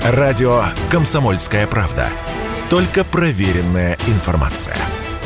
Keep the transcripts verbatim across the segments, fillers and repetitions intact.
Радио «Комсомольская правда». Только проверенная информация.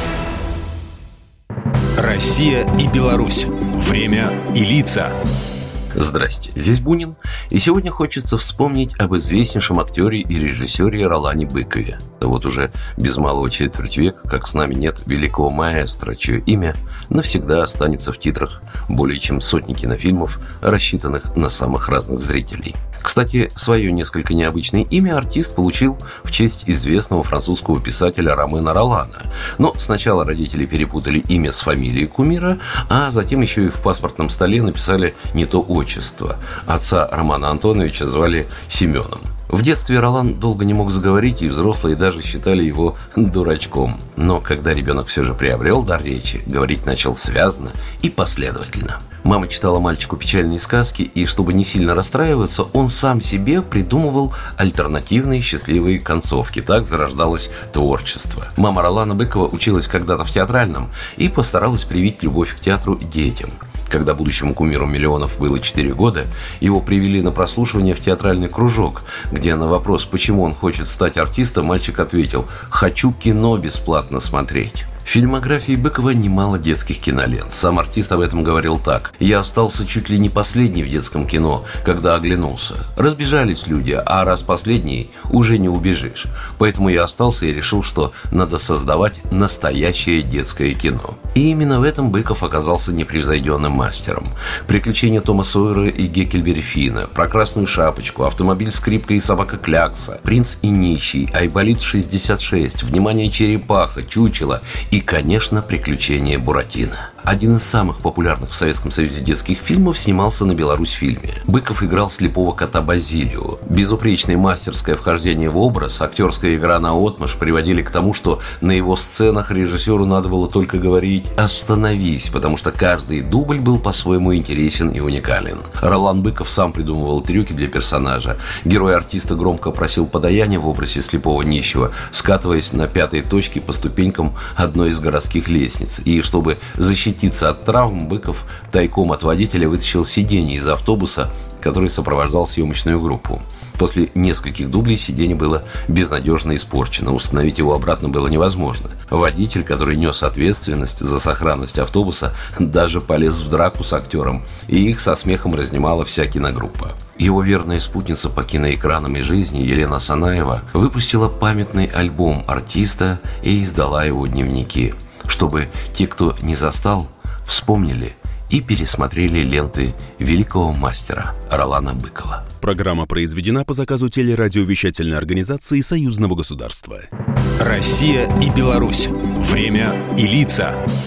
Россия и Беларусь. Время и лица. Здрасте, здесь Бунин, и сегодня хочется вспомнить об известнейшем актере и режиссере Ролане Быкове. Да вот уже без малого четверть века, как с нами нет великого маэстро, чье имя навсегда останется в титрах более чем сотни кинофильмов, рассчитанных на самых разных зрителей. Кстати, свое несколько необычное имя артист получил в честь известного французского писателя Ромена Ролана. Но сначала родители перепутали имя с фамилией кумира, а затем еще и в паспортном столе написали не то отчество. Отца Романа Антоновича звали Семеном. В детстве Ролан долго не мог заговорить, и взрослые даже считали его дурачком. Но когда ребенок все же приобрел дар речи, говорить начал связно и последовательно. Мама читала мальчику печальные сказки, и чтобы не сильно расстраиваться, он сам себе придумывал альтернативные счастливые концовки. Так зарождалось творчество. Мама Ролана Быкова училась когда-то в театральном и постаралась привить любовь к театру детям. Когда будущему кумиру миллионов было четыре года, его привели на прослушивание в театральный кружок, где на вопрос, почему он хочет стать артистом, мальчик ответил: «Хочу кино бесплатно смотреть». В фильмографии Быкова немало детских кинолент. Сам артист об этом говорил так: «Я остался чуть ли не последний в детском кино, когда оглянулся. Разбежались люди, а раз последний, уже не убежишь. Поэтому я остался и решил, что надо создавать настоящее детское кино». И именно в этом Быков оказался непревзойденным мастером. «Приключения Тома Сойера и Гекльберри Финна», «Про красную шапочку», «Автомобиль Скрипка и собака Клякса», «Принц и нищий», «Айболит шестьдесят шесть», «Внимание, черепаха», «Чучело» и, конечно, «Приключения Буратино». Один из самых популярных в Советском Союзе детских фильмов снимался на Беларусьфильме. Быков играл слепого кота Базилио. Безупречное мастерское вхождение в образ, актерская игра наотмашь приводили к тому, что на его сценах режиссеру надо было только говорить «остановись», потому что каждый дубль был по-своему интересен и уникален. Ролан Быков сам придумывал трюки для персонажа. Герой артиста громко просил подаяния в образе слепого нищего, скатываясь на пятой точке по ступенькам одной из городских лестниц. И чтобы защитить от травм, Быков тайком от водителя вытащил сиденье из автобуса, который сопровождал съемочную группу. После нескольких дублей сиденье было безнадежно испорчено. Установить его обратно было невозможно. Водитель, который нес ответственность за сохранность автобуса, даже полез в драку с актером, и их со смехом разнимала вся киногруппа. Его верная спутница по киноэкранам и жизни Елена Санаева выпустила памятный альбом артиста и издала его дневники, чтобы те, кто не застал, вспомнили и пересмотрели ленты великого мастера Ролана Быкова. Программа произведена по заказу телерадиовещательной организации Союзного государства. Россия и Беларусь. Время и лица.